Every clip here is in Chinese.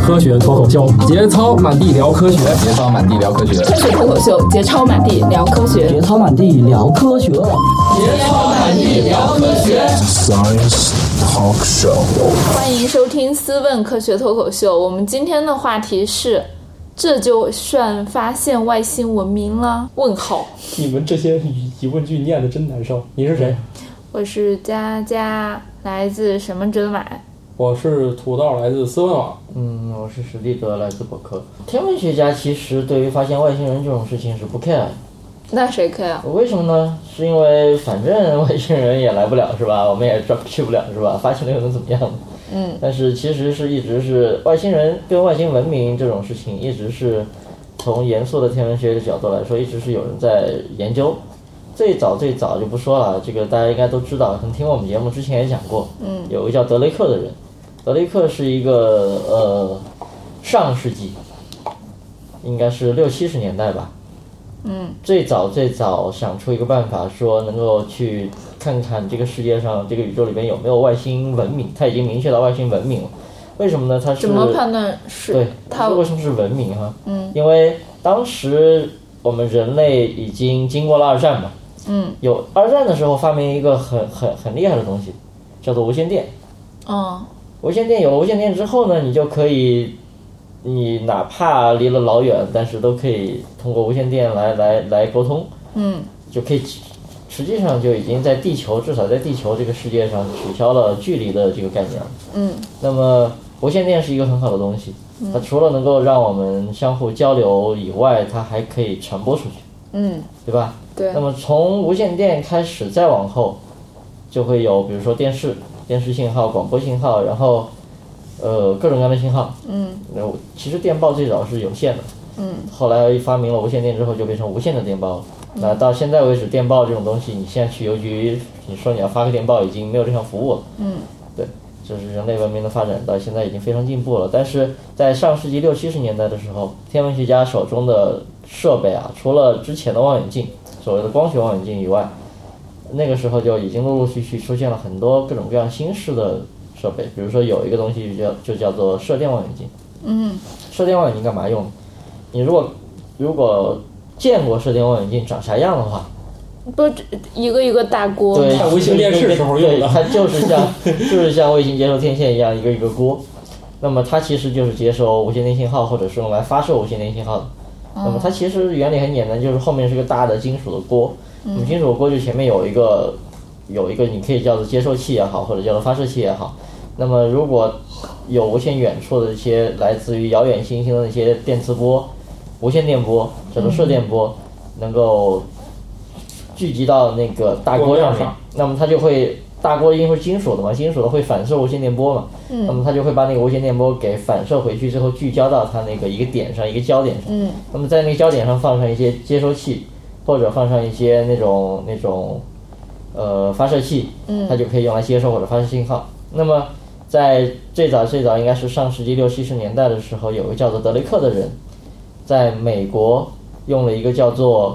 科学脱口秀，节操满地聊科学，节操满地聊科学， 科学脱口秀，节操满地聊科学， 节操满地聊科学， 节操满地聊科学。 Science Talk Show， 欢迎收听思问科学脱口秀。我们今天的话题是：这就算发现外星文明了？问号。 你们这些疑问句念的真难受。你是谁？ 我是佳佳，来自什么者买。 我是土豆，来自思问网。 我是史蒂德，来自果壳。天文学家其实对于发现外星人这种事情是不 care 的。 那谁 care？ 为什么呢？是因为反正外星人也来不了是吧？我们也去不了是吧？发现了又能怎么样呢？但是其实是一直是外星人跟外星文明这种事情，一直是从严肃的天文学的角度来说，一直是有人在研究。最早就不说了，这个大家应该都知道，可能听我们节目之前也讲过。有个叫德雷克的人，德雷克是一个上世纪，应该是60-70年代吧。最早想出一个办法，说能够去看看这个世界上这个宇宙里边有没有外星文明。他已经明确到外星文明了，为什么呢？他是怎么判断是？ 对，他为什么是文明哈？因为当时我们人类已经经过了二战嘛。有二战的时候发明一个很厉害的东西，叫做无线电。无线电有了无线电之后呢，你就可以，你哪怕离了老远，但是都可以通过无线电来沟通。就可以，实际上就已经在地球，至少在地球这个世界上取消了距离的这个概念了。那么无线电是一个很好的东西，它除了能够让我们相互交流以外，它还可以传播出去。对吧？ 对。 那么从无线电开始再往后，就会有比如说电视信号、广播信号，然后各种各样的信号。其实电报最早是有线的。后来发明了无线电之后，就变成无线的电报了。那到现在为止，电报这种东西，你现在去邮局，你说你要发个电报，已经没有这项服务了。对，就是人类文明的发展到现在已经非常进步了。但是在上世纪60-70年代的时候，天文学家手中的设备啊，除了之前的望远镜，所谓的光学望远镜以外，那个时候就已经陆陆续续出现了很多各种各样新式的设备。比如说有一个东西就叫做射电望远镜。射电望远镜干嘛用？你如果见过射电望远镜长啥样的话， 不一个大锅。 对， 看卫星电视时候用的。 它就是像卫星接收天线一样，一个锅。那么它其实就是接收无线电信号，或者是用来发射无线电信号的。那么它其实原理很简单，就是后面是个大的金属的锅。那么金属的锅就前面有一个你可以叫做接收器也好，或者叫做发射器也好。那么如果有无限远处的一些来自于遥远星星的那些电磁波、无线电波，叫做射电波，能够聚集到那个大锅上面，那么它就会，大锅因为是金属的嘛，金属的会反射无线电波嘛，那么它就会把那个无线电波给反射回去之后聚焦到它那个一个点上，一个焦点上。那么在那个焦点上放上一些接收器，或者放上一些那种发射器，它就可以用来接收或者发射信号。那么在最早应该是上世纪60-70年代的时候，有个叫做德雷克的人，在美国用了一个叫做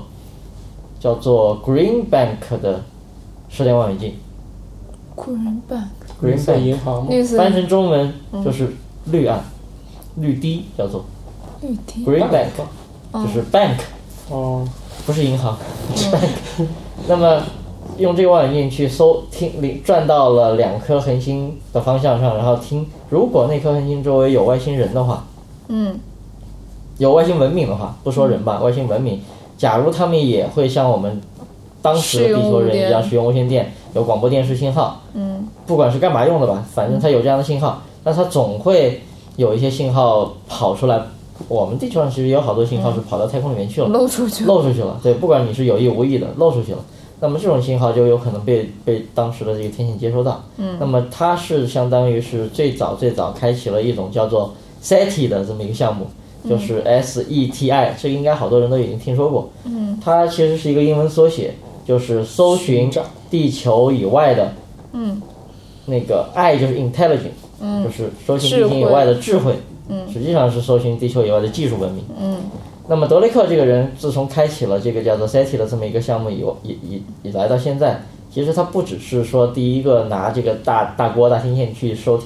Green Bank 的射电望远镜。 Green Bank 银行翻成中文就是绿岸，绿滴叫做绿滴 Green Bank， 就是 bank， 不是银行，是 bank。那么用这个望远镜去转到了2颗恒星的方向上，然后听，如果那颗恒星周围有外星人的话，有外星文明的话，不说人吧，外星文明，假如他们也会像我们当时的地球人一样使用无线电，有广播电视信号，不管是干嘛用的吧，反正它有这样的信号，那它总会有一些信号跑出来。我们地球上其实有好多信号是跑到太空里面去了，漏出去了。对，不管你是有意无意的漏出去了，那么这种信号就有可能被当时的这个天线接收到。那么它是相当于是最早开启了一种叫做 SETI 的这么一个项目，就是 SETI， 这个应该好多人都已经听说过。它其实是一个英文缩写，就是搜寻地球以外的，那个 I 就是 intelligent，就是搜寻地球以外的智慧。实际上是搜寻地球以外的技术文明。那么德雷克这个人自从开启了这个叫做 SETI 的这么一个项目以来到现在，其实他不只是说第一个拿这个大锅大天线去收听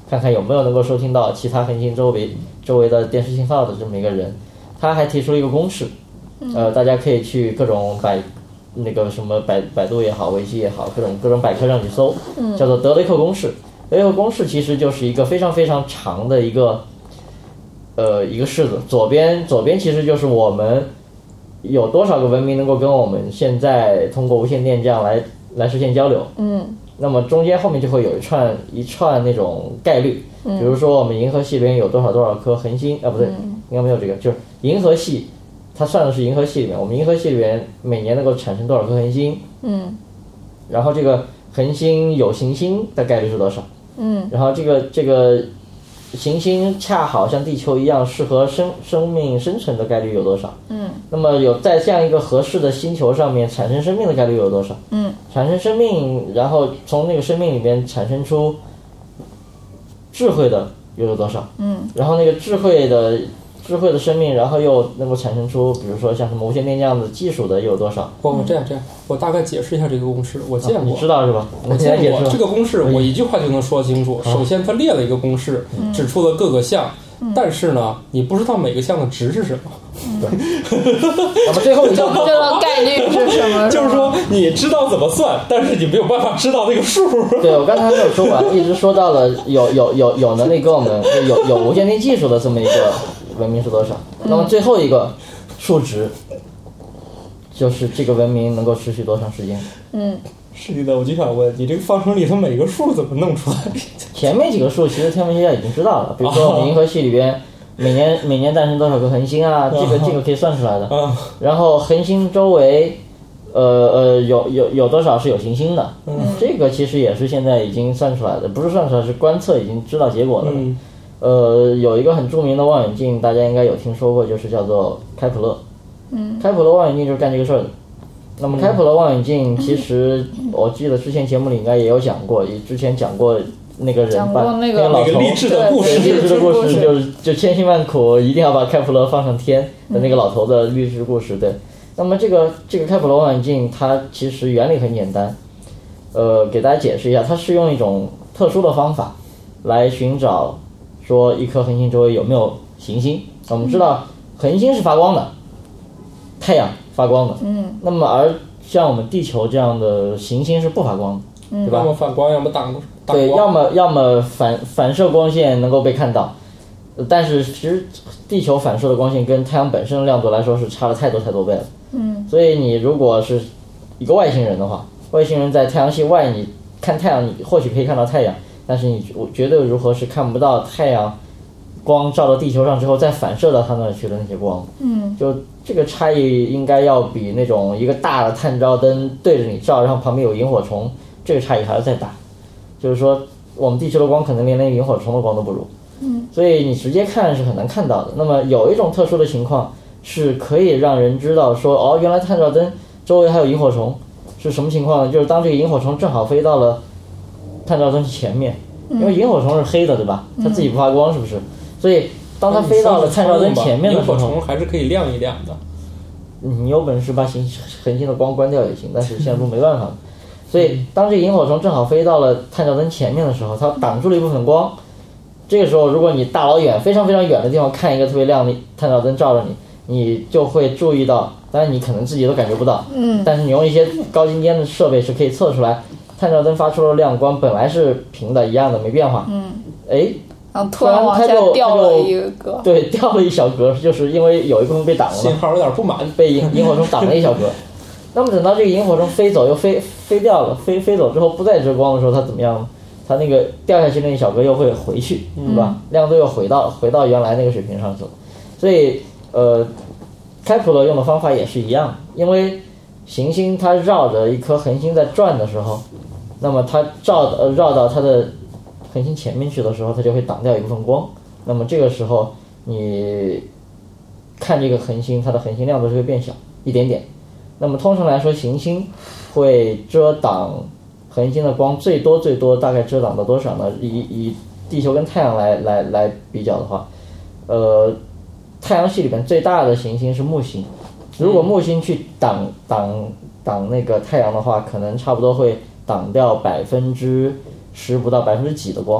看看有没有能够收听到其他恒星周围的电视信号的这么一个人。他还提出了一个公式，大家可以去各种百度也好，维基也好，各种百科上去搜，叫做德雷克公式。德雷克公式其实就是一个非常非常长的一个式子，左边其实就是我们有多少个文明能够跟我们现在通过无线电这样来实现交流。那么中间后面就会有一串那种概率，比如说我们银河系里面有多少颗恒星不对，应该没有这个，就是银河系，它算的是银河系里面，我们银河系里面每年能够产生多少颗恒星，然后这个恒星有行星的概率是多少，然后这个行星恰好像地球一样适合生命生存的概率有多少，那么有在这样一个合适的星球上面产生生命的概率有多少，产生生命，然后从那个生命里面产生出智慧的又有多少，然后那个智慧的生命，然后又能够产生出比如说像什么无线电这样的技术的又有多少。 我这样，我大概解释一下这个公式，我见过， 你知道是吧？ 我见过这个公式，我一句话就能说清楚。首先，他列了一个公式，指出了各个项，但是呢，你不知道每个项的值是什么。 对，那么最后你就不知道概率是什么。 就是说，你知道怎么算，但是你没有办法知道那个数。 对，我刚才没有说完，一直说到了有能力跟我们有无线电技术的这么一个文明是多少。那么最后一个数值就是这个文明能够持续多长时间。 是的，我就想问你，这个方程里头每个数怎么弄出来？ 前面几个数其实天文学家已经知道了，比如说我们银河系里边每年诞生多少个恒星啊，这个可以算出来的。然后恒星周围有多少是有行星的，这个其实也是现在已经算出来的，不是算出来，是观测已经知道结果了的。有一个很著名的望远镜，大家应该有听说过，就是叫做开普勒。开普勒望远镜就是干这个事儿的。那么开普勒望远镜其实我记得之前节目里应该也有讲过，之前讲过那个人把那个老头励志的故事，就千辛万苦一定要把开普勒放上天的那个老头的励志故事。对，那么这个开普勒望远镜它其实原理很简单，给大家解释一下，它是用一种特殊的方法来寻找说一颗恒星周围有没有行星。我们知道恒星是发光的，太阳发光的，那么而像我们地球这样的行星是不发光的，对吧？ 要么反光，要么挡光。 对，要么反射光线能够被看到，但是其实地球反射的光线跟太阳本身的亮度来说是差了太多倍了。所以你如果是一个外星人的话，外星人在太阳系外，你看太阳，你或许可以看到太阳，但是你绝对如何是看不到太阳光照到地球上之后再反射到它那里去的那些光。就这个差异应该要比那种一个大的探照灯对着你照，然后旁边有萤火虫，这个差异还要再大。就是说我们地球的光可能连那个萤火虫的光都不如。所以你直接看是很难看到的。那么有一种特殊的情况是可以让人知道说，原来探照灯周围还有萤火虫，是什么情况呢？就是当这个萤火虫正好飞到了探照灯前面，因为萤火虫是黑的，对吧？它自己不发光，是不是？所以当它飞到了探照灯前面的时候， 萤火虫还是可以亮一亮的。 你有本事把恒星的光关掉也行，但是现在不没办法。所以当这个萤火虫正好飞到了探照灯前面的时候，它挡住了一部分光。这个时候如果你大老远非常非常远的地方看一个特别亮的探照灯照着你，你就会注意到，当然你可能自己都感觉不到，但是你用一些高精尖的设备是可以测出来，探照灯发出的亮光本来是平的一样的没变化， 然后突然往下掉了一个格， 对，掉了一小格，就是因为有一部分被挡了， 信号有点不满， 被萤火虫挡了一小格。那么等到这个萤火虫飞走又飞掉了，飞走之后不再遮光的时候，它怎么样呢？它那个掉下去那一小格又会回去，对吧？亮度又回到原来那个水平上走。所以开普勒用的方法也是一样，因为行星它绕着一颗恒星在转的时候，那么它绕到它的恒星前面去的时候，它就会挡掉一部分光。那么这个时候你看这个恒星，它的恒星亮度就会变小一点点。那么通常来说，行星会遮挡恒星的光最多大概遮挡到多少呢？以地球跟太阳来比较的话，太阳系里面最大的行星是木星。如果木星去挡那个太阳的话，可能差不多会挡掉10%不到几的光，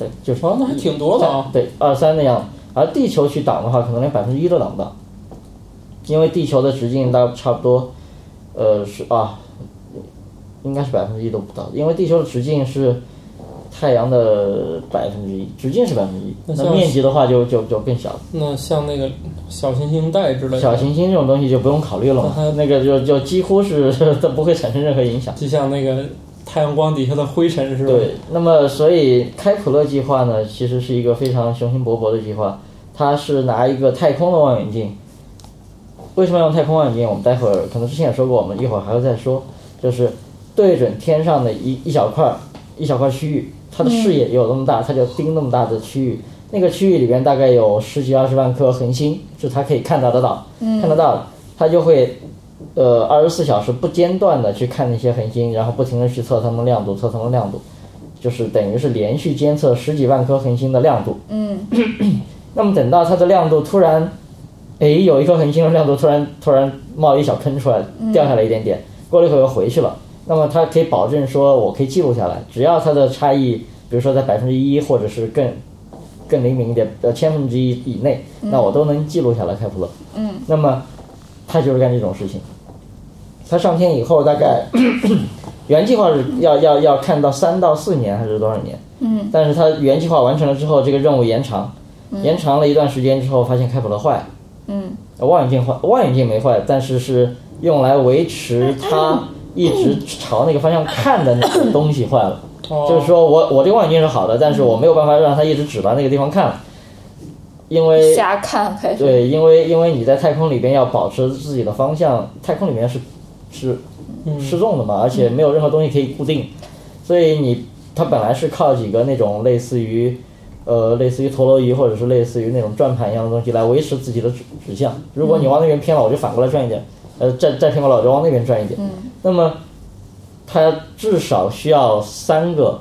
对，就是那还挺多的啊。 对，2、3那样。而地球去挡的话，可能连1%都挡不到，因为地球的直径差不多，应该是1%都不到，因为地球的直径是太阳的1%，直径是1%，那面积的话就更小了。 那像那个小行星带之类的， 小行星这种东西就不用考虑了嘛，那个就几乎是都不会产生任何影响。 就像那个太阳光底下的灰尘是吧？ 对，那么所以开普勒计划呢，其实是一个非常雄心勃勃的计划。它是拿一个太空的望远镜。为什么要用太空望远镜？我们待会儿可能之前也说过，我们一会儿还会再说。就是对准天上的一小块区域，它的视野有那么大，它就盯那么大的区域。那个区域里边大概有10几20万颗恒星，是它可以看得到，它就会24小时不间断的去看那些恒星，然后不停的去测它们的亮度，就是等于是连续监测10几万颗恒星的亮度。那么等到它的亮度突然，有一颗恒星的亮度突然冒一小坑出来，掉下来一点点，过了一会儿又回去了。那么它可以保证说，我可以记录下来，只要它的差异，比如说在1%或者是更灵敏一点，1/1000以内，那我都能记录下来开普勒。那么他就是干这种事情。他上天以后大概原计划是要看到3到4年还是多少年？但是他原计划完成了之后，这个任务延长了一段时间之后，发现开普勒坏。望远镜没坏，但是用来维持它一直朝那个方向看的那个东西坏了。就是说我这个望远镜是好的，但是我没有办法让它一直指到那个地方看了，因为瞎看开始。 对，因为你在太空里边要保持自己的方向，太空里面是失重的嘛，而且没有任何东西可以固定，所以它本来是靠几个那种类似于陀螺仪或者是类似于那种转盘一样的东西来维持自己的指向。如果你往那边偏了，我就反过来转一点，再偏过来我就往那边转一点。那么它至少需要3个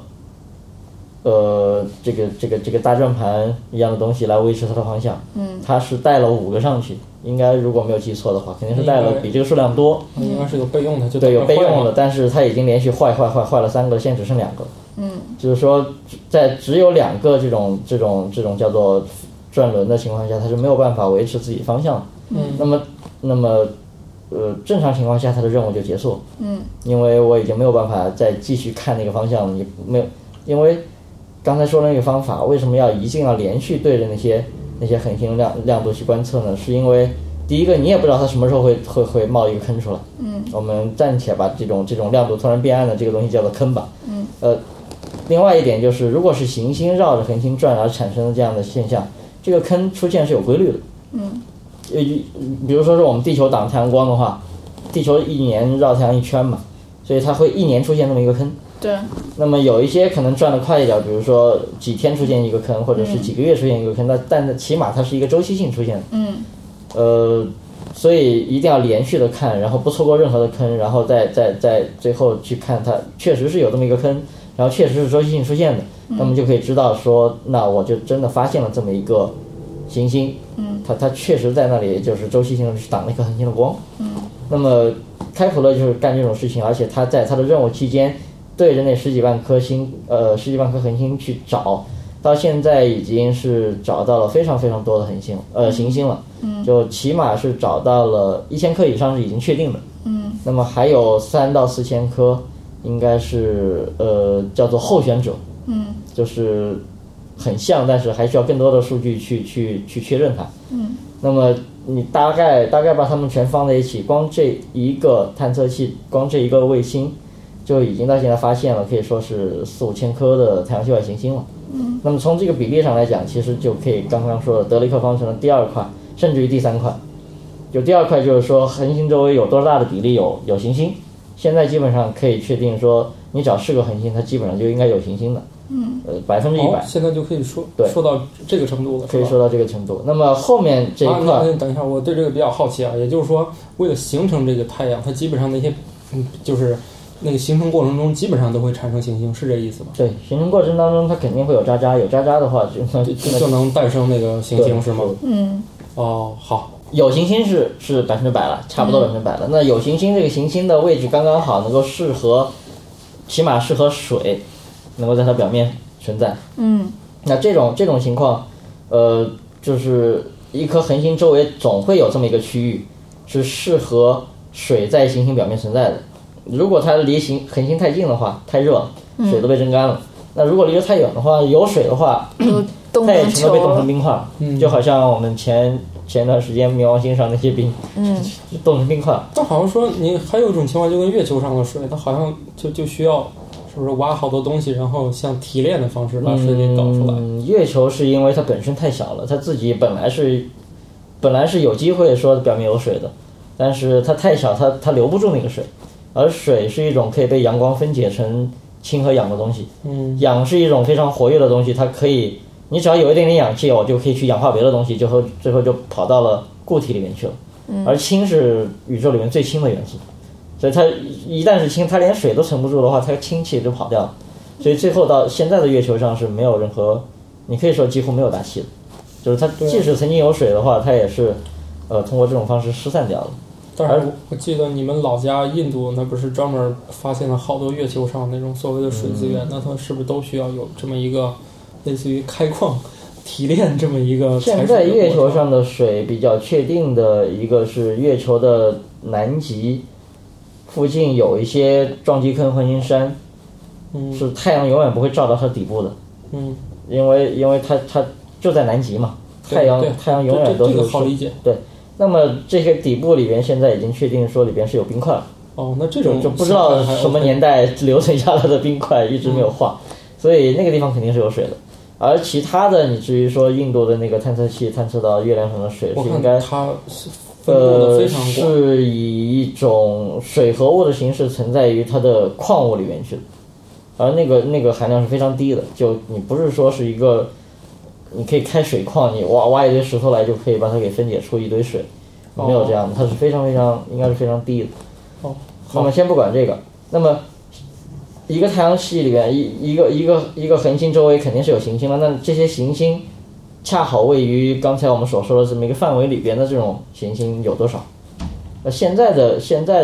这个大转盘一样的东西来维持它的方向。它是带了5个上去，应该如果没有记错的话，肯定是带了比这个数量多。 应该是有备用的，就对，有备用的，但是它已经连续坏了3个，现在只剩2个。就是说在只有2个这种叫做转轮的情况下，它是没有办法维持自己方向的。那么正常情况下它的任务就结束。因为我已经没有办法再继续看那个方向了，你没有，因为刚才说的那个方法为什么一定要连续对着那些恒星亮度去观测呢？是因为第一个你也不知道它什么时候会冒一个坑出来。我们暂且把这种亮度突然变暗的这个东西叫做坑吧。另外一点就是，如果是行星绕着恒星转而产生的这样的现象，这个坑出现是有规律的。比如说是我们地球挡太阳光的话，地球1年绕太阳1圈嘛，所以它会1年出现这么一个坑。 对。 那么有一些可能转得快一点，比如说几天出现一个坑，或者是几个月出现一个坑，但起码它是一个周期性出现的。所以一定要连续的看，然后不错过任何的坑，然后再最后去看它确实是有这么一个坑，然后确实是周期性出现的，那么就可以知道说，那我就真的发现了这么一个行星。它确实在那里就是周期性的去挡那颗恒星的光。那么开普勒就是干这种事情，而且他在他的任务期间对着那10几万颗恒星去找，到现在已经是找到了非常非常多的行星了。就起码是找到了1000颗以上是已经确定的。那么还有3到4千颗应该是叫做候选者。就是很像，但是还需要更多的数据去确认它。那么你大概把它们全放在一起，光这一个探测器，光这一个卫星就已经到现在发现了可以说是4-5千颗的太阳系外行星了。那么从这个比例上来讲，其实就可以刚刚说的德雷克方程的第2块，甚至于第3块。就第2块就是说恒星周围有多大的比例有行星，现在基本上可以确定说，你只要是个恒星，它基本上就应该有行星的。100%。 现在就可以说到这个程度了， 可以说到这个程度。那么后面这一块， 等一下，我对这个比较好奇啊。也就是说，为了形成这个太阳，它基本上那些就是那个形成过程中，基本上都会产生行星，是这意思吗？ 对，形成过程当中它肯定会有渣渣，有渣渣的话就能诞生那个行星，是吗？好。 有行星是100%了，差不多100%了。那有行星这个行星的位置刚刚好，能够起码适合水能够在它表面存在。 那这种情况，就是一颗恒星周围总会有这么一个区域是适合水在行星表面存在的。如果它离恒星太近的话，太热了，水都被蒸干了。那如果离得太远的话，有水的话，它也全都被冻成冰块了。就好像我们前段时间冥王星上那些冰，冻成冰块。 但好像说你还有一种情况，就跟月球上的水，它好像就需要是不是挖好多东西，然后像提炼的方式把水给搞出来。 月球是因为它本身太小了，它自己本来是有机会说表面有水的，但是它太小，它留不住那个水。而水是一种可以被阳光分解成氢和氧的东西。氧是一种非常活跃的东西，它可以，你只要有一点点氧气，我就可以去氧化别的东西，最后就跑到了固体里面去了。而氢是宇宙里面最轻的元素，所以它一旦是氢，它连水都沉不住的话，它氢气就跑掉了。所以最后到现在的月球上是没有任何，你可以说几乎没有大气的，就是它即使曾经有水的话，它也是通过这种方式失散掉了。 但是我记得你们老家印度那不是专门发现了好多月球上那种所谓的水资源，那它是不是都需要有这么一个类似于开矿提炼这么一个？ 现在月球上的水比较确定的一个是月球的南极附近有一些撞击坑环形山，是太阳永远不会照到它底部的。因为它就在南极嘛，太阳永远都是这个好理解。 对。那么这些底部里边现在已经确定说里边是有冰块了。 那这种就不知道什么年代留存下来的冰块一直没有化，所以那个地方肯定是有水的。而其他的，你至于说印度的那个探测器探测到月亮上的水是应该它是分布的非常广， 是以一种水合物的形式存在于它的矿物里面去的，而那个含量是非常低的。就你不是说是一个你可以开水矿，你挖一堆石头来就可以把它给分解出一堆水，没有这样的，它是非常应该是非常低的。那么先不管这个，那么一个太阳系里面一个恒星周围肯定是有行星了，那这些行星恰好位于刚才我们所说的这么一个范围里边的这种行星有多少？那现在的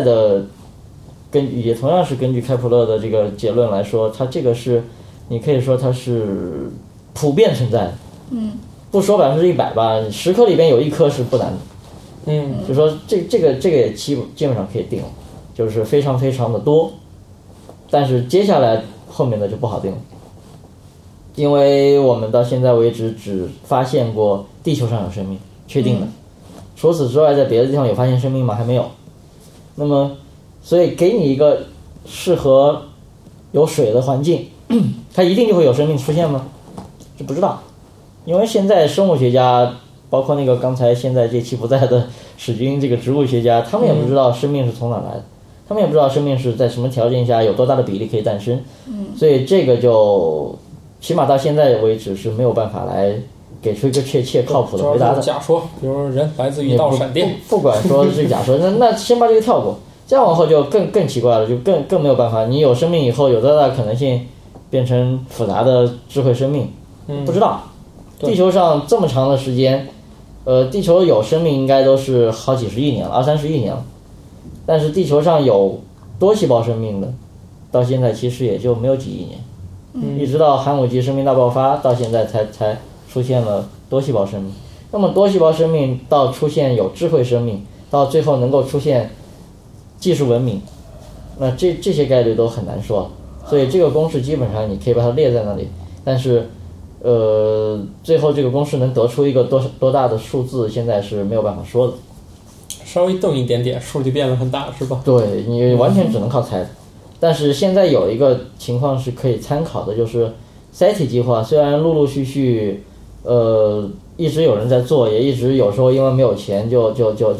也同样是根据开普勒的这个结论来说，它这个是你可以说它是普遍存在的。不说100%吧，10颗里边有1颗是不难的。就说这个也基本上可以定了，就是非常非常的多。但是接下来后面的就不好定了，因为我们到现在为止只发现过地球上有生命，确定的。除此之外，在别的地方有发现生命吗？还没有。那么，所以给你一个适合有水的环境，它一定就会有生命出现吗？就不知道。因为现在生物学家，包括那个刚才现在这期不在的史军这个植物学家，他们也不知道生命是从哪来的，他们也不知道生命是在什么条件下有多大的比例可以诞生。所以这个就起码到现在为止是没有办法来给出一个确切靠谱的回答的。 假说，比如人来自于一道闪电， 不管说是假说，那先把这个跳过，再往后就更奇怪了，就更没有办法。你有生命以后，有多大可能性变成复杂的智慧生命？不知道。地球上这么长的时间，地球有生命应该都是好几十亿年了，20-30亿年了。但是地球上有多细胞生命的，到现在其实也就没有几亿年。一直到寒武纪生命大爆发，到现在才出现了多细胞生命。那么多细胞生命到出现有智慧生命，到最后能够出现技术文明，那这些概率都很难说。所以这个公式基本上你可以把它列在那里，但是最后这个公式能得出一个多大的数字，现在是没有办法说的。 稍微动一点点，数就变得很大，是吧？ 对，你完全只能靠猜的。但是现在有一个情况是可以参考的，就是 SETI 计划，虽然陆陆续续一直有人在做，也一直有时候因为没有钱就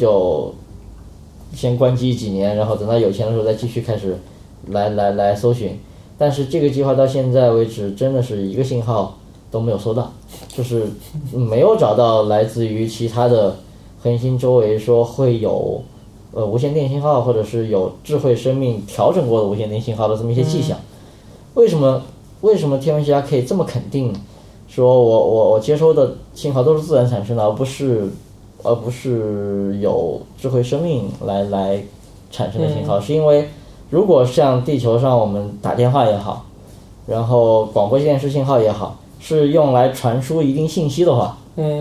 先关机几年，然后等到有钱的时候再继续开始来搜寻。但是这个计划到现在为止真的是一个信号都没有收到，就是没有找到来自于其他的恒星周围说会有无线电信号，或者是有智慧生命调整过的无线电信号的这么一些迹象。为什么天文学家可以这么肯定说我接收的信号都是自然产生的，而不是有智慧生命来产生的信号？是因为如果像地球上我们打电话也好，然后广播电视信号也好， 是用来传输一定信息的话，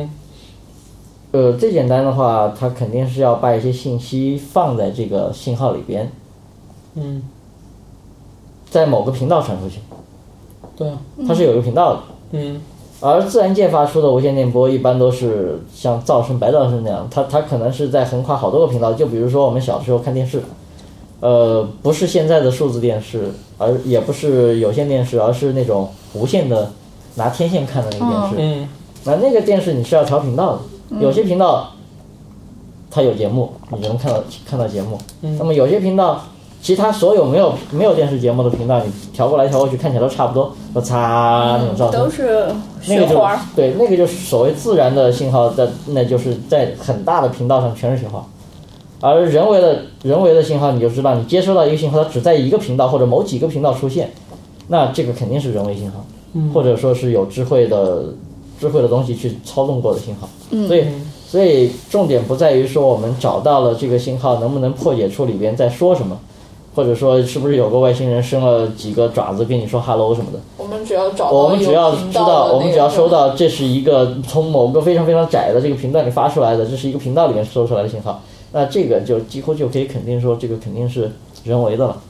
最简单的话，它肯定是要把一些信息放在这个信号里边，在某个频道传出去。 对啊， 它是有一个频道的。而自然界发出的无线电波一般都是像噪声、白噪声那样，它可能是在横跨好多个频道。就比如说我们小时候看电视，不是现在的数字电视，也不是有线电视，而是那种无线的拿天线看的那个电视。那个电视你是要调频道的，有些频道它有节目，你就能看到节目。那么有些频道，其他所有没有电视节目的频道，你调过来调过去，看起来都差不多，都擦那种噪声， 都是雪花。对，那个就是所谓自然的信号，那就是在很大的频道上全是雪花。而人为的信号，你就知道，你接收到一个信号，它只在一个频道或者某几个频道出现，那这个肯定是人为信号，或者说是有智慧的东西去操纵过的信号。所以重点不在于说我们找到了这个信号能不能破解出里边在说什么，或者说是不是有个外星人伸了几个爪子跟你说 hello 什么的。 我们只要知道， 我们只要收到这是一个从某个非常非常窄的这个频段里发出来的，这是一个频道里面收出来的信号，那这个就几乎就可以肯定说这个肯定是人为的了。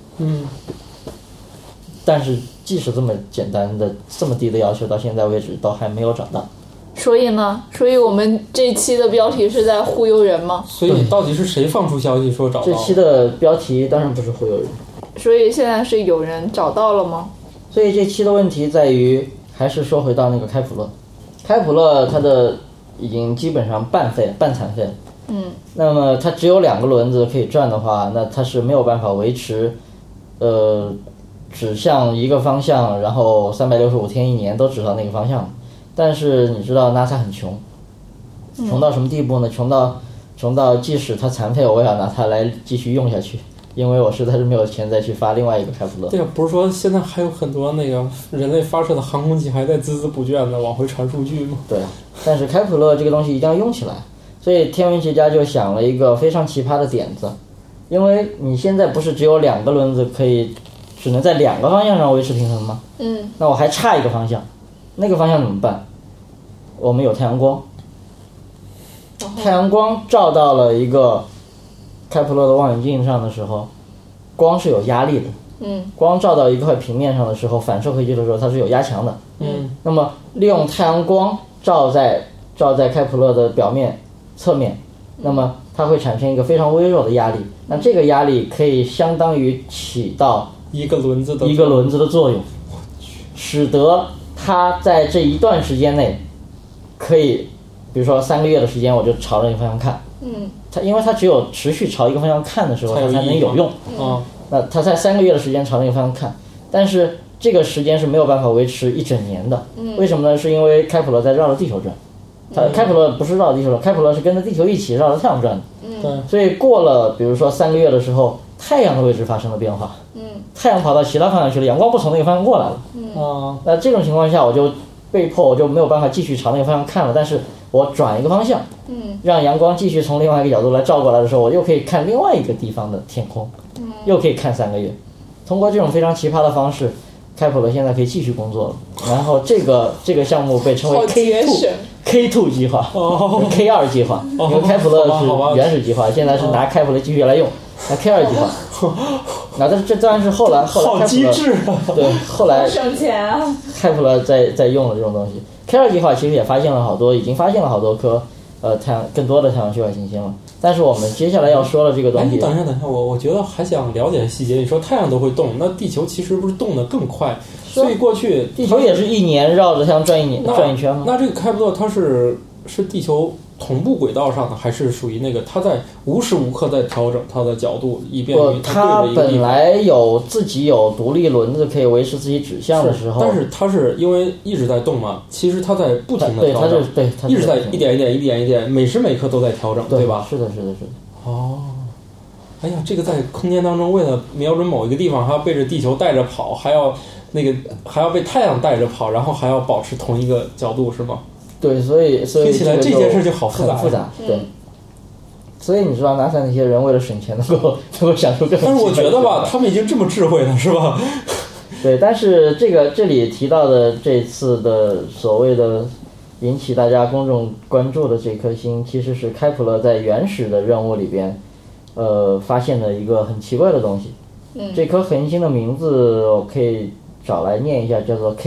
但是即使这么简单的这么低的要求，到现在为止都还没有找到。 所以我们这期的标题是在忽悠人吗？ 所以到底是谁放出消息说找到了？ 这期的标题当然不是忽悠人。 所以现在是有人找到了吗？ 所以这期的问题在于，还是说回到那个开普勒。开普勒它的已经基本上半残废了。那么它只有2个轮子可以转的话，那它是没有办法维持指向一个方向，然后365天1年都指到那个方向。但是你知道 NASA 很穷到什么地步呢？穷到即使它残废，我也要拿它来继续用下去，因为我实在是没有钱再去发另外一个开普勒。 对啊，不是说现在还有很多那个人类发射的航空器还在孜孜不倦的往回传数据吗？ 对啊，但是开普勒这个东西一定要用起来，所以天文学家就想了一个非常奇葩的点子，因为你现在不是只有2个轮子可以只能在2个方向上维持平衡吗？那我还差一个方向，那个方向怎么办？我们有太阳光，太阳光照到了一个开普勒的望远镜上的时候，光是有压力的。光照到一块平面上的时候，反射回去的时候它是有压强的。那么利用太阳光照在开普勒的表面侧面，那么它会产生一个非常微弱的压力，那这个压力可以相当于起到一个轮子的作用，使得它在这一段时间内可以，比如说3个月的时间，我就朝着那个方向看。因为它只有持续朝一个方向看的时候，它才能有用。那它在3个月的时间朝那个方向看，但是这个时间是没有办法维持1整年的。为什么呢？是因为开普勒在绕着地球转。开普勒不是绕着地球转，开普勒是跟着地球一起绕着太阳转的。所以过了比如说3个月的时候，太阳的位置发生了变化。太阳跑到其他方向去了，阳光不从那个方向过来了。那这种情况下，我就被迫我就没有办法继续朝那个方向看了，但是我转一个方向，让阳光继续从另外一个角度来照过来的时候，我又可以看另外一个地方的天空，又可以看3个月。通过这种非常奇葩的方式，开普勒现在可以继续工作了。然后这个项目被称为 K2 计划，K2 计划。因为开普勒是原始计划，现在是拿开普勒继续来用。那 K2 计划，那这当然是后来好机智啊！ 对，后来省钱啊。 开普勒在用的这种东西。K2 计划其实也已经发现了好多颗更多的太阳系外行星了。但是我们接下来要说的这个东西， 等一下，我觉得还想了解细节。你说太阳都会动，那地球其实不是动得更快？所以过去地球也是1年绕着太阳转一圈吗？ 那这个开普勒它是地球同步轨道上的，还是属于那个它在无时无刻在调整它的角度，以便于它本来自己有独立轮子可以维持自己指向的时候， 但是它是因为一直在动嘛，其实它在不停的调整， 它一直在一点，每时每刻那个调整，对吧？ 是的。 哦，哎呀，这个在空间当中，为了瞄准某一个地方，还要背着地球带着跑，还要被太阳带着跑，然后还要保持同一个角度，是吗？ 对，所以听起来这件事就好复杂，对。所以你知道 NASA 那些人为了省钱能够想出更， 但是我觉得吧，他们已经这么智慧了，是吧？ 对，但是这里提到的这次的所谓的引起大家公众关注的这颗星，其实是开普勒在原始的任务里边，发现的一个很奇怪的东西。这颗恒星的名字我可以找来念一下，叫做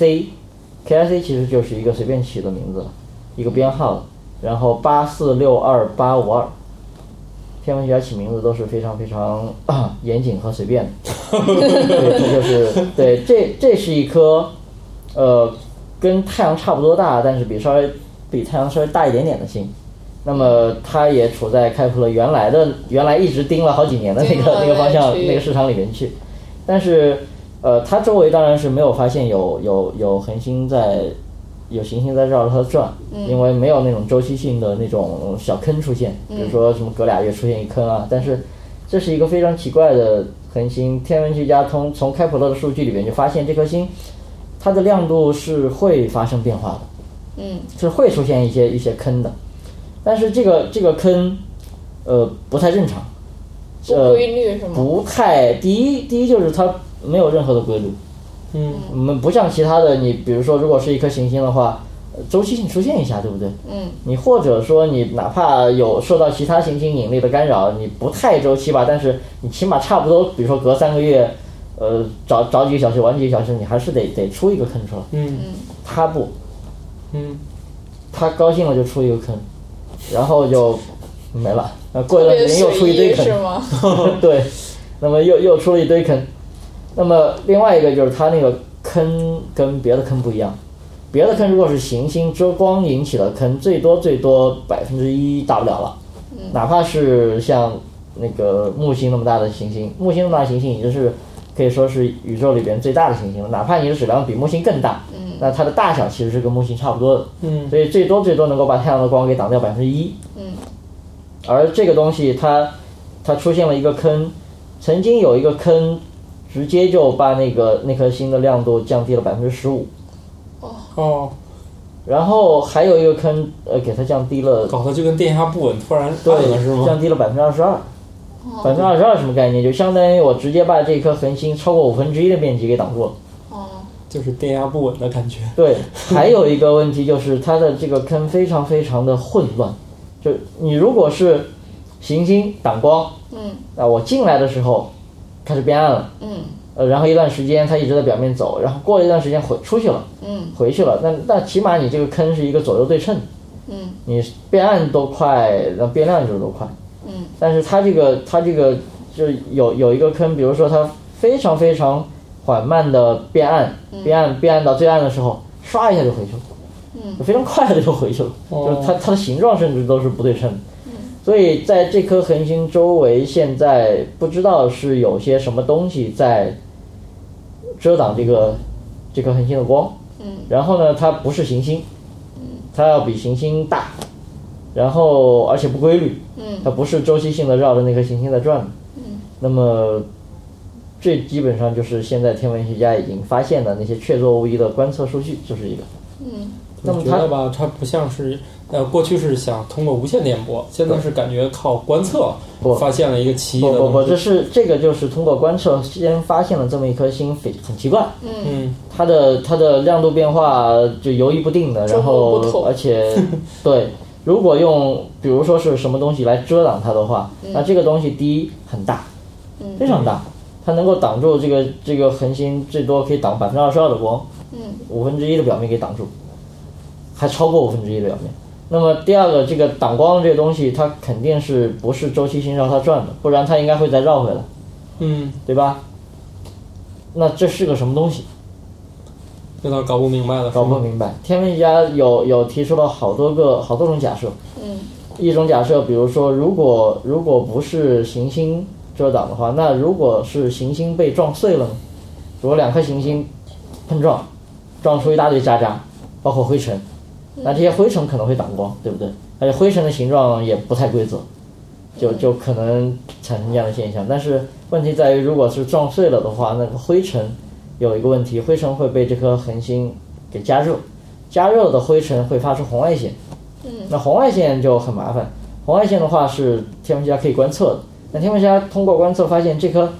KIC。KIC 其实就是一个随便起的名字，一个编号，然后8462852。天文学家起名字都是非常非常严谨和随便的。对，这就是对，这是一颗跟太阳差不多大，但是比太阳稍微大一点点的星。那么它也处在开普勒原来一直盯了好几年的那个方向那个市场里面去，但是它周围当然是没有发现有恒星有行星在绕着它转，因为没有那种周期性的那种小坑出现，比如说什么隔俩月出现一坑啊。但是这是一个非常奇怪的恒星，天文学家从开普勒的数据里面就发现这颗星它的亮度是会发生变化的，是会出现一些坑的，但是这个坑不太正常， 不规律是吗？ 不太，第一就是它没有任何的规律。我们不像其他的，你比如说如果是一颗行星的话，周期性出现一下，对不对？你或者说你哪怕有受到其他行星引力的干扰，你不太周期吧，但是你起码差不多，比如说隔3个月，早几个小时晚几个小时，你还是得出一个坑出来。他不，他高兴了就出一个坑，然后就没了。过一段时间又出一堆坑， 是吗？ 对，那么又出了一堆坑。那么另外一个就是它那个坑跟别的坑不一样，别的坑如果是行星遮光引起的坑，最多1%大不了了。哪怕是像那个木星那么大的行星，木星那么大的行星已经是可以说是宇宙里边最大的行星了，哪怕你的质量比木星更大，那它的大小其实是跟木星差不多的。所以最多能够把太阳的光给挡掉1%。而这个东西它出现了一个坑，曾经有一个坑直接就把那颗星的亮度降低了15%。然后还有一个坑，给它降低了， 搞得就跟电压不稳突然暗了是吗？ 降低了22%。22%什么概念？就相当于我直接把这颗恒星超过1/5的面积给挡住了。 就是电压不稳的感觉。 对，还有一个问题就是它的这个坑非常非常的混乱。就你如果是行星挡光，我进来的时候开始变暗了，然后一段时间它一直在表面走，然后过了一段时间出去了，回去了，那起码你这个坑是一个左右对称的，你变暗多快，然后变亮就是多快，但是它这个就有一个坑，比如说它非常非常缓慢的变暗，变暗到最暗的时候，唰一下就回去了，就非常快的就回去了，就是它的形状甚至都是不对称的。所以在这颗恒星周围，现在不知道是有些什么东西在遮挡这颗恒星的光。然后呢，它不是行星，它要比行星大，然后而且不规律，它不是周期性的绕着那颗行星在转的。那么这基本上就是现在天文学家已经发现的那些确凿无疑的观测数据，就是一个。那么觉得吧，它不像是过去是想通过无线电波，现在是感觉靠观测发现了一个奇异的东西。 这个就是通过观测先发现了这么一颗星，很奇怪。它的亮度变化就游移不定的，然后而且对，如果用比如说是什么东西来遮挡它的话，那这个东西第一很大，非常大，它能够挡住这个恒星最多可以挡22%的光，1/5的表面给挡住。还超过1/5的表面。那么第二个，这个挡光这个东西，它肯定是不是周期性绕它转的，不然它应该会再绕回来，对吧？那这是个什么东西？ 有点搞不明白了。 搞不明白。天文学家有提出了好多种假设。一种假设，比如说，如果不是行星遮挡的话，那如果是行星被撞碎了呢？如果2颗行星碰撞出一大堆渣渣，包括灰尘。那这些灰尘可能会挡光，对不对？而且灰尘的形状也不太规则，就可能产生这样的现象。但是问题在于，如果是撞碎了的话，那个灰尘有一个问题，灰尘会被这颗恒星给加热，加热的灰尘会发出红外线。那红外线就很麻烦。红外线的话是天文学家可以观测的。那天文学家通过观测发现，这颗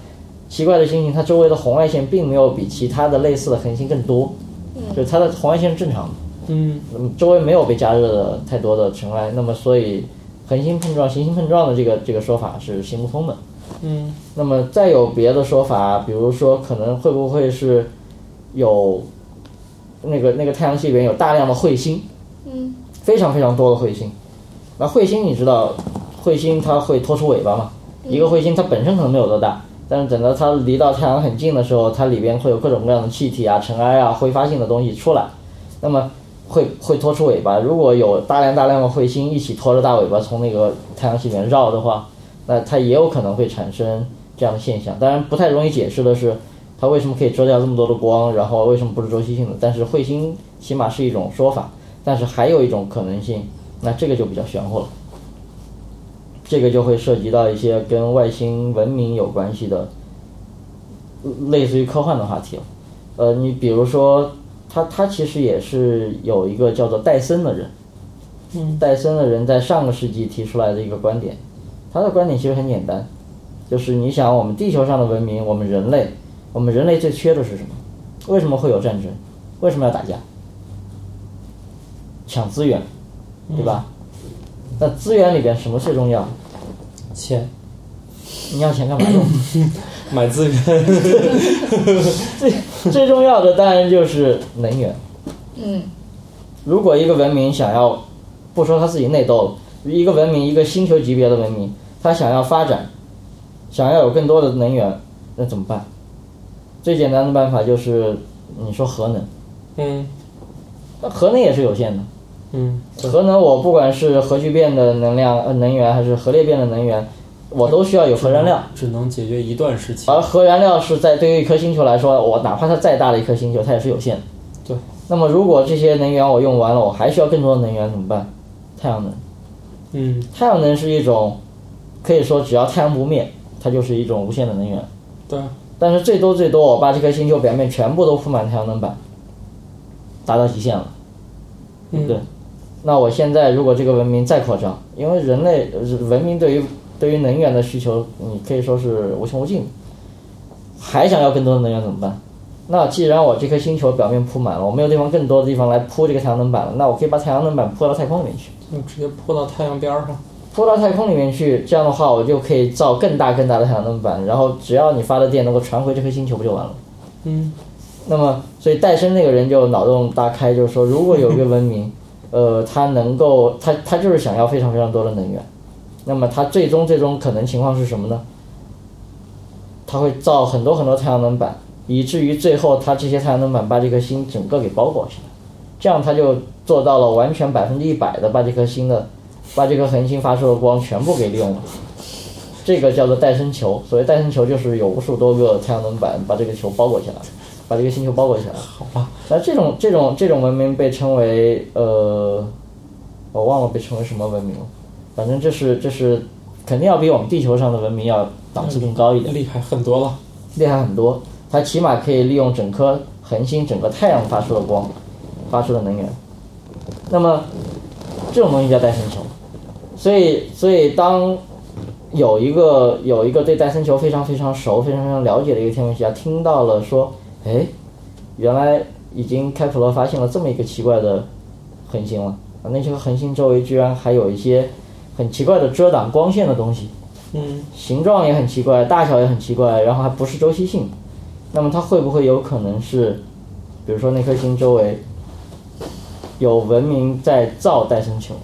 奇怪的星星它周围的红外线并没有比其他的类似的恒星更多，就是它的红外线是正常的，周围没有被加热的太多的尘埃，那么所以恒星碰撞、行星碰撞的这个说法是行不通的。那么再有别的说法，比如说可能会不会是有那个太阳系里面有大量的彗星，非常非常多的彗星。那彗星你知道，彗星它会拖出尾巴嘛？一个彗星它本身可能没有多大，但是等到它离到太阳很近的时候，它里边会有各种各样的气体啊、尘埃啊、挥发性的东西出来，那么会拖出尾巴。如果有大量的彗星一起拖着大尾巴从那个太阳系里面绕的话，那它也有可能会产生这样的现象。当然不太容易解释的是它为什么可以遮掉这么多的光，然后为什么不是周期性的，但是彗星起码是一种说法。但是还有一种可能性，那这个就比较玄乎了，这个就会涉及到一些跟外星文明有关系的类似于科幻的话题了。你比如说他其实也是有一个叫做戴森的人，戴森的人在上个世纪提出来的一个观点，他的观点其实很简单，就是你想我们地球上的文明，我们人类最缺的是什么？为什么会有战争？为什么要打架？抢资源，对吧？那资源里边什么最重要？ 钱。 你要钱干嘛用？ 买资源。 最重要的当然就是能源。如果一个文明想要，不说他自己内斗，一个文明，一个星球级别的文明，他想要发展，想要有更多的能源，那怎么办？最简单的办法就是你说核能。那核能也是有限的。核能我不管是核聚变的能源还是核裂变的能源，我都需要有核燃料， 只能解决一段时期。 而核燃料是在对于一颗星球来说，我哪怕它再大的一颗星球，它也是有限的。 对。 那么如果这些能源我用完了，我还需要更多的能源怎么办？太阳能。太阳能是一种可以说只要太阳不灭，它就是一种无限的能源。 对。 但是最多我把这颗星球表面全部都铺满太阳能板，达到极限了。对。那我现在如果这个文明再扩张，因为人类文明对于能源的需求，你可以说是无穷无尽，还想要更多的能源怎么办？那既然我这颗星球表面铺满了，我没有地方更多的地方来铺这个太阳能板了，那我可以把太阳能板铺到太空里面去， 就直接铺到太阳边上， 铺到太空里面去，这样的话我就可以造更大的太阳能板，然后只要你发的电能够传回这颗星球不就完了？那么所以戴森那个人就脑洞大开，就是说如果有一个文明他能够他就是想要非常非常多的能源，那么他最终可能情况是什么呢？他会造很多很多太阳能板，以至于最后他这些太阳能板把这颗星整个给包裹起来，这样他就做到了完全100%的把这颗恒星发出的光全部给利用了。这个叫做戴森球，所谓戴森球就是有无数多个太阳能板把这个球包裹起来，把这个星球包裹起来。 好吧。 那这种文明被称为我忘了被称为什么文明了，反正这是肯定要比我们地球上的文明要档次更高一点， 厉害很多了， 厉害很多。它起码可以利用整颗恒星、整个太阳发出的光、发出的能源。那么这种东西叫戴森球。所以当有一个对戴森球非常非常熟、非常非常了解的一个天文学家听到了说，原来已经开普勒发现了这么一个奇怪的恒星了，那些恒星周围居然还有一些很奇怪的遮挡光线的东西，形状也很奇怪，大小也很奇怪，然后还不是周期性。那么它会不会有可能是，比如说那颗星周围有文明在造戴森球？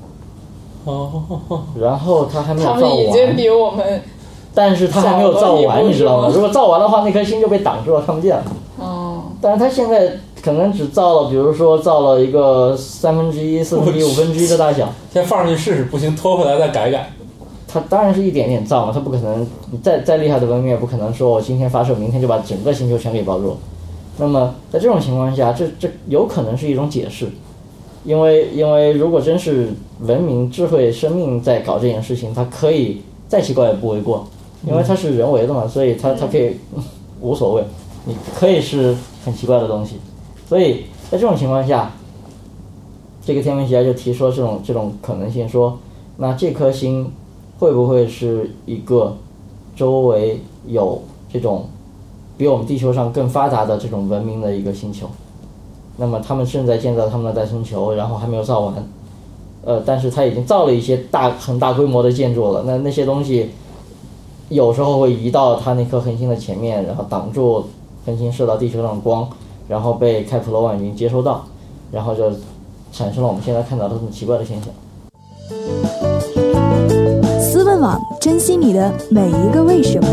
然后它还没有造完， 他们已经比我们， 但是它还没有造完，你知道吗？如果造完的话，那颗星就被挡住了，看不见了。但是它现在可能只造了，比如说造了一个1/3、1/4、1/5的大小。 先放上去试试，不行拖回来再改改。 它当然是一点点造嘛，它不可能再厉害的文明也不可能说我今天发射，明天就把整个星球全给包住了。那么在这种情况下，这有可能是一种解释，因为如果真是文明、智慧、生命在搞这件事情，它可以再奇怪也不为过，因为它是人为的嘛，所以它可以无所谓，你可以是很奇怪的东西。所以在这种情况下，这个天文学家就提出这种可能性，说那这颗星会不会是一个周围有这种比我们地球上更发达的这种文明的一个星球。那么他们正在建造他们的带星球，然后还没有造完，但是他已经造了一些很大规模的建筑了。那些东西有时候会移到他那颗恒星的前面，然后挡住恒星射到地球上的光，然后被开普勒望远镜接收到，然后就产生了我们现在看到的这么奇怪的现象。 思问网，珍惜你的每一个为什么。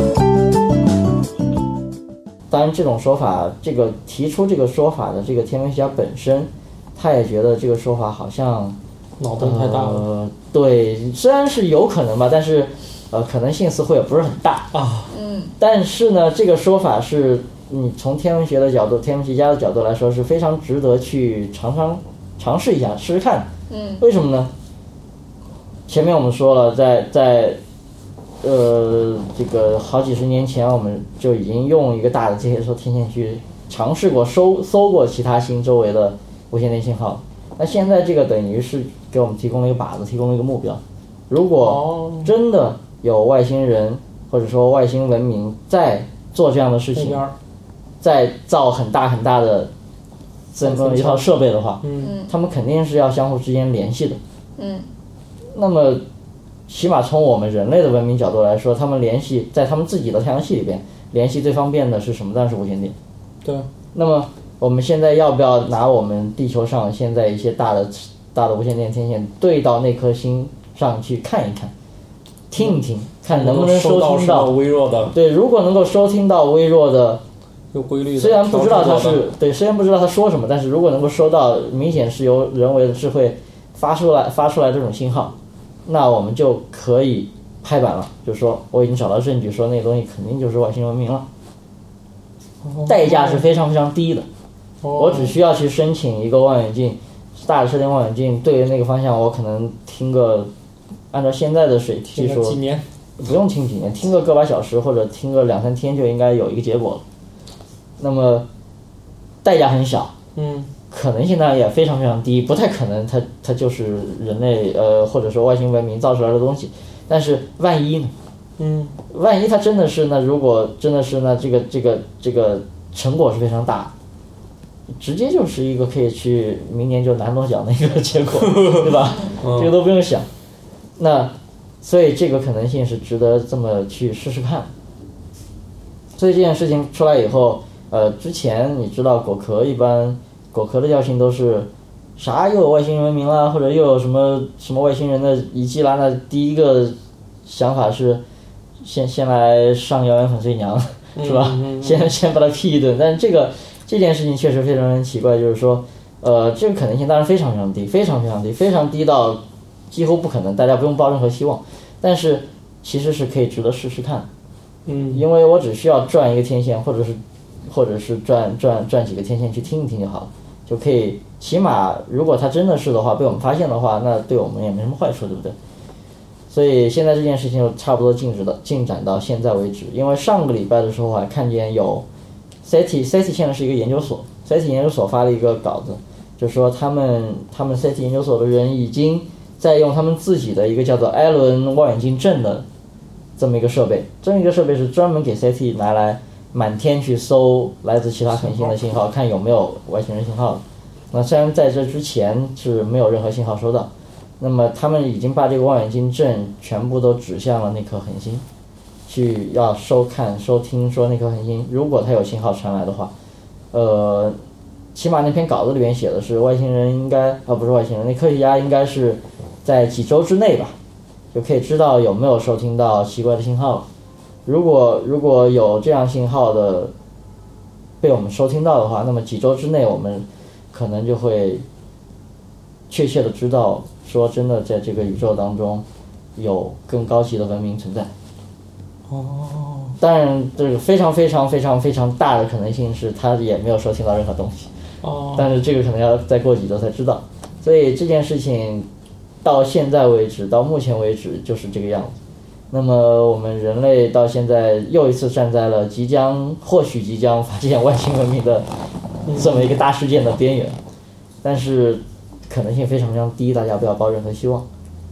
当然这种说法，提出这个说法的这个天文学家本身，他也觉得这个说法好像脑洞太大了。 对，虽然是有可能吧，但是可能性似乎也不是很大啊。 但是呢，这个说法是你从天文学的角度、天文学家的角度来说是非常值得去尝试一下、试试看。为什么呢？前面我们说了，在这个好几十年前，我们就已经用一个大的机械收天线去尝试过搜过其他星周围的无线电信号。那现在这个等于是给我们提供了一个靶子，提供了一个目标。如果真的有外星人或者说外星文明在做这样的事情，在造很大很大的这么一套设备的话，他们肯定是要相互之间联系的。那么起码从我们人类的文明角度来说，他们联系在他们自己的太阳系里边联系最方便的是什么？当然是无线电。 对。 那么我们现在要不要拿我们地球上现在一些大的无线电天线对到那颗星上去看一看，听一听，看能不能收听到微弱的？ 对，如果能够收听到微弱的有规律的， 虽然不知道它说什么，但是如果能够收到，明显是由人为的智慧发出来这种信号，那我们就可以拍板了，就是说我已经找到证据说那个东西肯定就是外星文明了。代价是非常非常低的，我只需要去申请一个望远镜，大的射电望远镜对那个方向，我可能听个按照现在的技术几年， 不用听几年，听个把小时或者听个2-3天就应该有一个结果了。那么代价很小，可能性当然也非常非常低，不太可能它就是人类或者说外星文明造出来的东西。但是万一呢？万一它真的是，那如果真的是，那这个成果是非常大，直接就是一个可以去明年就拿诺奖的一个结果，对吧？这个都不用想。那所以这个可能性是值得这么去试试看。所以这件事情出来以后，之前你知道果壳的教训都是啥又有外星文明啦，或者又有什么外星人的遗迹啦，那第一个想法是先来上谣言粉碎娘，是吧？先把它批一顿。但是这件事情确实非常奇怪，就是说这个可能性当然非常非常低，非常非常低，非常低到几乎不可能，大家不用抱任何希望。但是其实是可以值得试试看。因为我只需要转一个天线，或者是转几个天线去听一听就好了，就可以起码如果它真的是的话，被我们发现的话，那对我们也没什么坏处，对不对？所以现在这件事情就差不多进展到现在为止。因为上个礼拜的时候我还看见有 SETI 现在是一个研究所， SETI 研究所发了一个稿子，就是说他们 SETI 研究所的人已经在用他们自己的一个叫做艾伦望远镜阵的这么一个设备，这么一个设备是专门给 SETI 拿来满天去搜来自其他恒星的信号，看有没有外星人信号的。那虽然在这之前是没有任何信号收到，那么他们已经把这个望远镜阵全部都指向了那颗恒星，去要收听说那颗恒星如果它有信号传来的话，起码那篇稿子里面写的是外星人应该不是外星人，那科学家应该是在几周之内吧就可以知道有没有收听到奇怪的信号了。如果有这样信号的被我们收听到的话，那么几周之内我们可能就会确切的知道说真的在这个宇宙当中有更高级的文明存在。当然这个非常非常非常非常大的可能性是他也没有收听到任何东西，但是这个可能要再过几周才知道。所以这件事情到现在为止，到目前为止就是这个样子。那么我们人类到现在又一次站在了或许即将发现外星文明的这么一个大事件的边缘，但是可能性非常非常低，大家不要抱任何希望。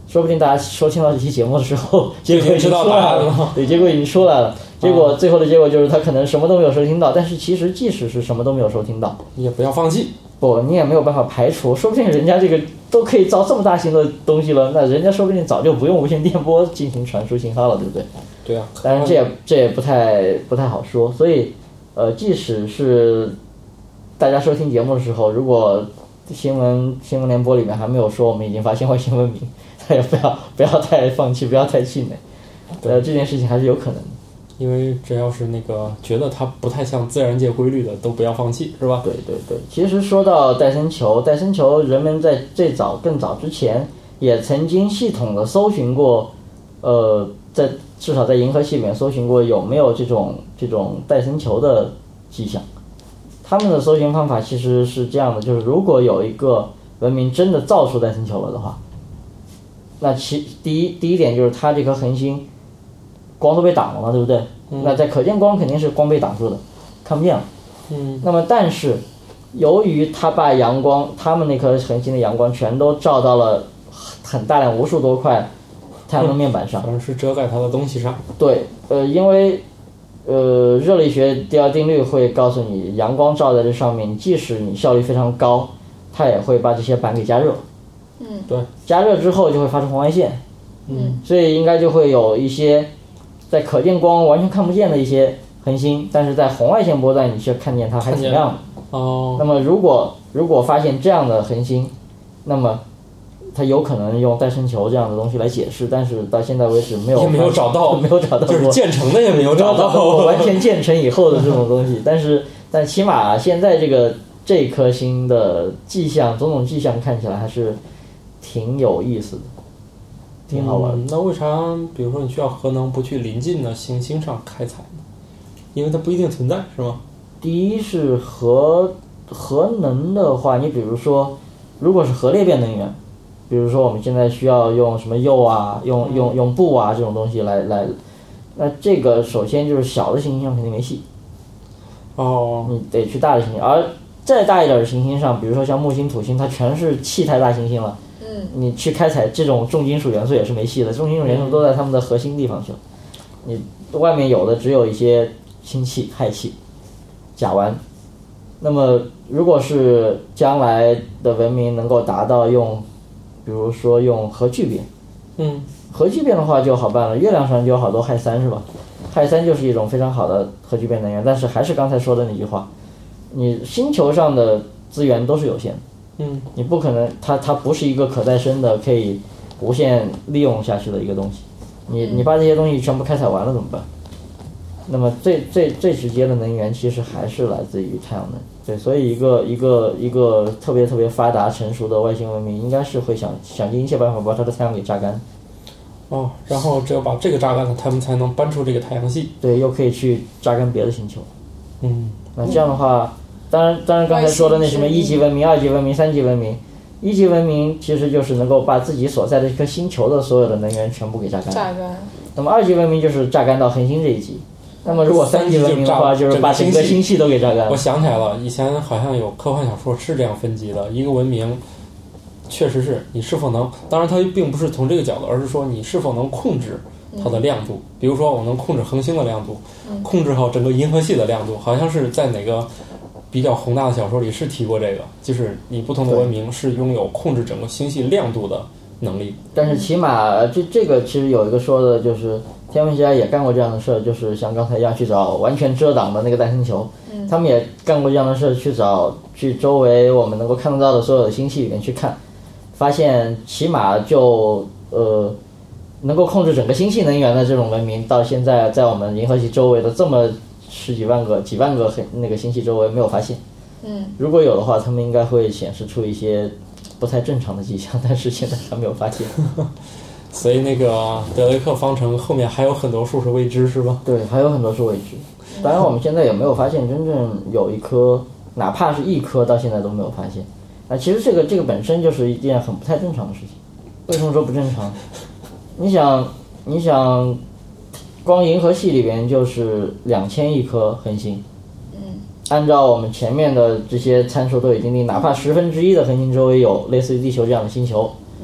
说不定大家收听到这期节目的时候，结果已经知道答案了。 对，结果已经出来了。结果最后的结果就是他可能什么都没有收听到，但是其实即使是什么都没有收听到， 也不要放弃。 不，你也没有办法排除，说不定人家这个都可以造这么大型的东西了，那人家说不定早就不用无线电波进行传输信号了，对不对？ 对啊。 当然这也不太好说，所以即使是大家收听节目的时候，如果新闻联播里面还没有说我们已经发现外星文明，大家不要太放弃，不要太气馁。这件事情还是有可能的。 因为只要是那个觉得它不太像自然界规律的，都不要放弃，是吧？ 对对对。其实说到戴森球，人们在更早之前也曾经系统的搜寻过，至少在银河系里面搜寻过有没有这种戴森球的迹象。他们的搜寻方法其实是这样的，就是如果有一个文明真的造出戴森球了的话，那第一点就是它这颗恒星光都被挡了，对不对？那在可见光肯定是光被挡住的，看不见了。那么但是由于它把阳光，他们那颗恒星的阳光全都照到了很大量无数多块太阳能面板上， 是遮盖它的东西上。 对，因为热力学第二定律会告诉你，阳光照在这上面，即使你效率非常高，它也会把这些板给加热。 对， 加热之后就会发出红外线。所以应该就会有一些在可见光完全看不见的一些恒星，但是在红外线波段你却看见它还挺亮的。那么如果发现这样的恒星，那么它有可能用戴森球这样的东西来解释，但是到现在为止没有找到就是建成的也没有找到完全建成以后的这种东西。但起码现在这颗星的迹象，种种迹象看起来还是挺有意思的，挺好玩的。 那为啥比如说你需要核能不去临近的行星上开采呢？因为它不一定存在，是吗？ 第一是核能的话，你比如说如果是核裂变能源，比如说我们现在需要用什么铀啊，用钚啊这种东西来，那这个首先就是小的行星上肯定没戏。你得去大的行星，而再大一点的行星上，比如说像木星、土星，它全是气态大行星了。你去开采这种重金属元素也是没戏的，重金属元素都在它们的核心地方去了。你外面有的只有一些氢气、氦气、甲烷。那么如果是将来的文明能够达到比如说用核聚变，核聚变的话就好办了。月亮上就有好多氦三，是吧？氦三就是一种非常好的核聚变能源，但是还是刚才说的那句话，你星球上的资源都是有限的，你不可能，它不是一个可再生的可以无限利用下去的一个东西。你把这些东西全部开采完了怎么办？那么最直接的能源其实还是来自于太阳能。对，所以一个特别特别发达成熟的外星文明，应该是会想尽一切办法把它的太阳给榨干。 然后只有把这个榨干了，他们才能搬出这个太阳系。 对，又可以去榨干别的星球。那这样的话，当然刚才说的那什么1级文明、2级文明、3级文明，1级文明其实就是能够把自己所在的一颗星球的所有的能源全部给榨干。那么2级文明就是榨干到恒星这一级。那么如果3级文明的话，就是把整个星系都给榨干。 我想起来了，以前好像有科幻小说是这样分级的，一个文明确实是你是否能，当然它并不是从这个角度，而是说你是否能控制它的亮度。比如说我能控制恒星的亮度，控制好整个银河系的亮度，好像是在哪个比较宏大的小说里是提过这个，就是你不同的文明是拥有控制整个星系亮度的能力。 但是起码这个其实有一个说的就是天文学家也干过这样的事，就是像刚才要去找完全遮挡的那个戴森球，他们也干过这样的事，去周围我们能够看得到的所有的星系里面去看，发现起码就能够控制整个星系能源的这种文明，到现在在我们银河系周围的这么十几万个、几万个那个星系周围没有发现。如果有的话，他们应该会显示出一些不太正常的迹象，但是现在还没有发现。 所以那个德雷克方程后面还有很多数是未知，是吧？ 对，还有很多是未知。当然我们现在也没有发现真正有一颗，哪怕是一颗到现在都没有发现。那其实这个本身就是一件很不太正常的事情。为什么说不正常？你想光银河系里边就是2000亿颗恒星，按照我们前面的这些参数都已经定，哪怕1/10的恒星周围有类似于地球这样的星球，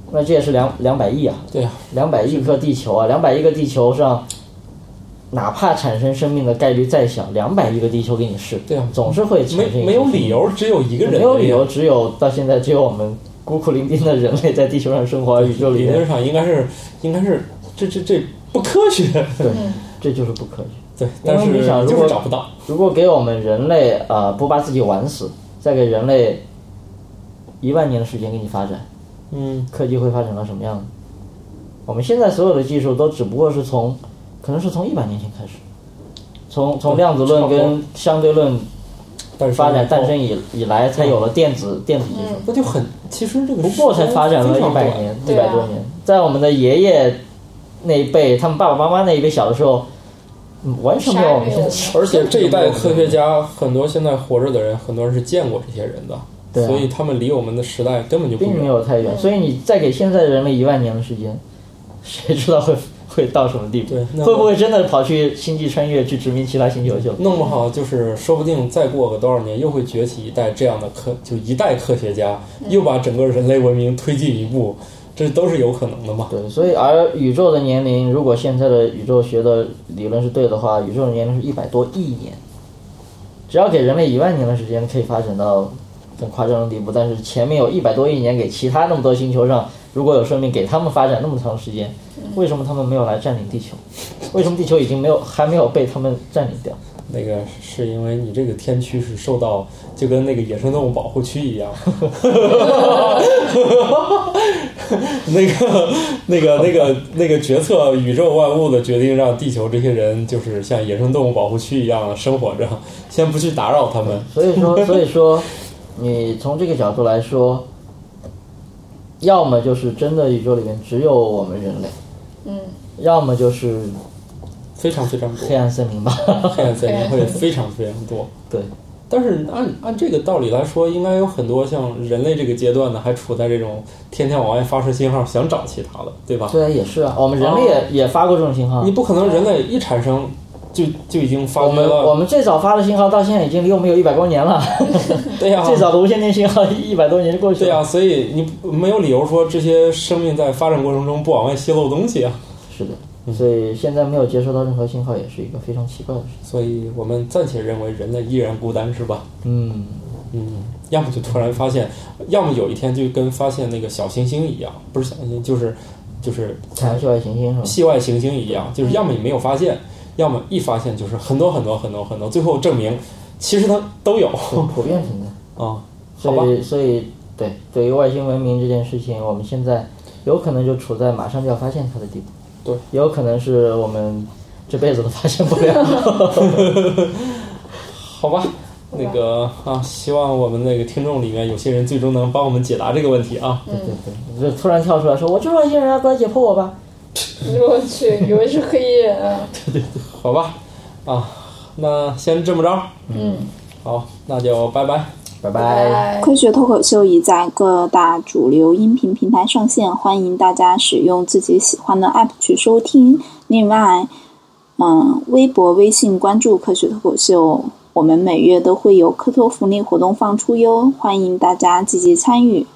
那这也是200亿啊！ 对呀 ，200亿个地球啊，200亿个地球上，哪怕产生生命的概率再小，200亿个地球给你试， 对啊， 总是会产生没有理由，只有一个人， 没有理由，到现在只有我们孤苦伶仃的人类在地球上生活，宇宙里面理论上应该是这不科学， 对，这就是不科学。 对，但是你想， 就是找不到。 如果给我们人类不把自己玩死，再给人类1万年的时间给你发展，科技会发展到什么样子？我们现在所有的技术都只不过是可能是从100年前开始，从量子论跟相对论发展诞生以来，才有了电子技术。 那就其实这个不过才发展了100年，100多年。在我们的爷爷那一辈，他们爸爸妈妈那一辈小的时候，完全没有我们现在。 而且这一代科学家很多现在活着的人，很多人是见过这些人的。 对啊， 所以他们离我们的时代根本就并没有太远。所以你再给现在人类1万年的时间，谁知道会到什么地步？ 对， 会不会真的跑去星际穿越去殖民其他星球去了？ 弄不好就是说不定再过个多少年，又会崛起一代这样的一代科学家，又把整个人类文明推进一步，这都是有可能的嘛。 对，所以而宇宙的年龄，如果现在的宇宙学的理论是对的话，宇宙的年龄是100多亿年。只要给人类1万年的时间，可以发展到很夸张的地步，但是前面有100多亿年给其他那么多星球上，如果有生命，给他们发展那么长时间，为什么他们没有来占领地球？为什么地球还没有被他们占领掉？ 那个是因为你这个天区是受到就跟那个野生动物保护区一样，那个决策宇宙万物的决定，让地球这些人就是像野生动物保护区一样生活着，先不去打扰他们。 所以说，你从这个角度来说，要么就是真的宇宙里面只有我们人类，要么就是非常非常多黑暗森林吧， 黑暗森林会非常非常多。 对， 但是按这个道理来说，应该有很多像人类这个阶段呢，还处在这种天天往外发射信号想找其他的，对吧？ 对啊，也是啊，我们人类也发过这种信号。 你不可能人类一产生就已经发掘了。 我们最早发的信号到现在已经离我们有100多年了。 对呀， 最早的无线电信号100多年就过去了。 对呀，所以你没有理由说这些生命在发展过程中不往外泄露东西啊。 是的。所以现在没有接收到任何信号，也是一个非常奇怪的事情。 所以我们暂且认为人类依然孤单，是吧？要么就突然发现，要么有一天就跟发现那个小行星一样，不是小行星，就是太阳系外行星是吧？ 系外行星一样，就是要么你没有发现，要么一发现就是很多很多很多很多，最后证明其实它都有， 普遍存在啊。 所以对于外星文明这件事情，我们现在有可能就处在马上就要发现它的地步。 对， 也有可能是我们这辈子都发现不了。 好吧，那个希望我们那个听众里面有些人最终能帮我们解答这个问题啊。 对，就突然跳出来说我就是外星人啊，过来解剖我吧。 我去，以为是黑衣人啊。 对，好吧，那先这么着。好，那就拜拜。 拜拜。 科学脱口秀已在各大主流音频平台上线，欢迎大家使用自己喜欢的 app 去收听。另外，微博、微信关注科学脱口秀，我们每月都会有科托福利活动放出哟，欢迎大家积极参与。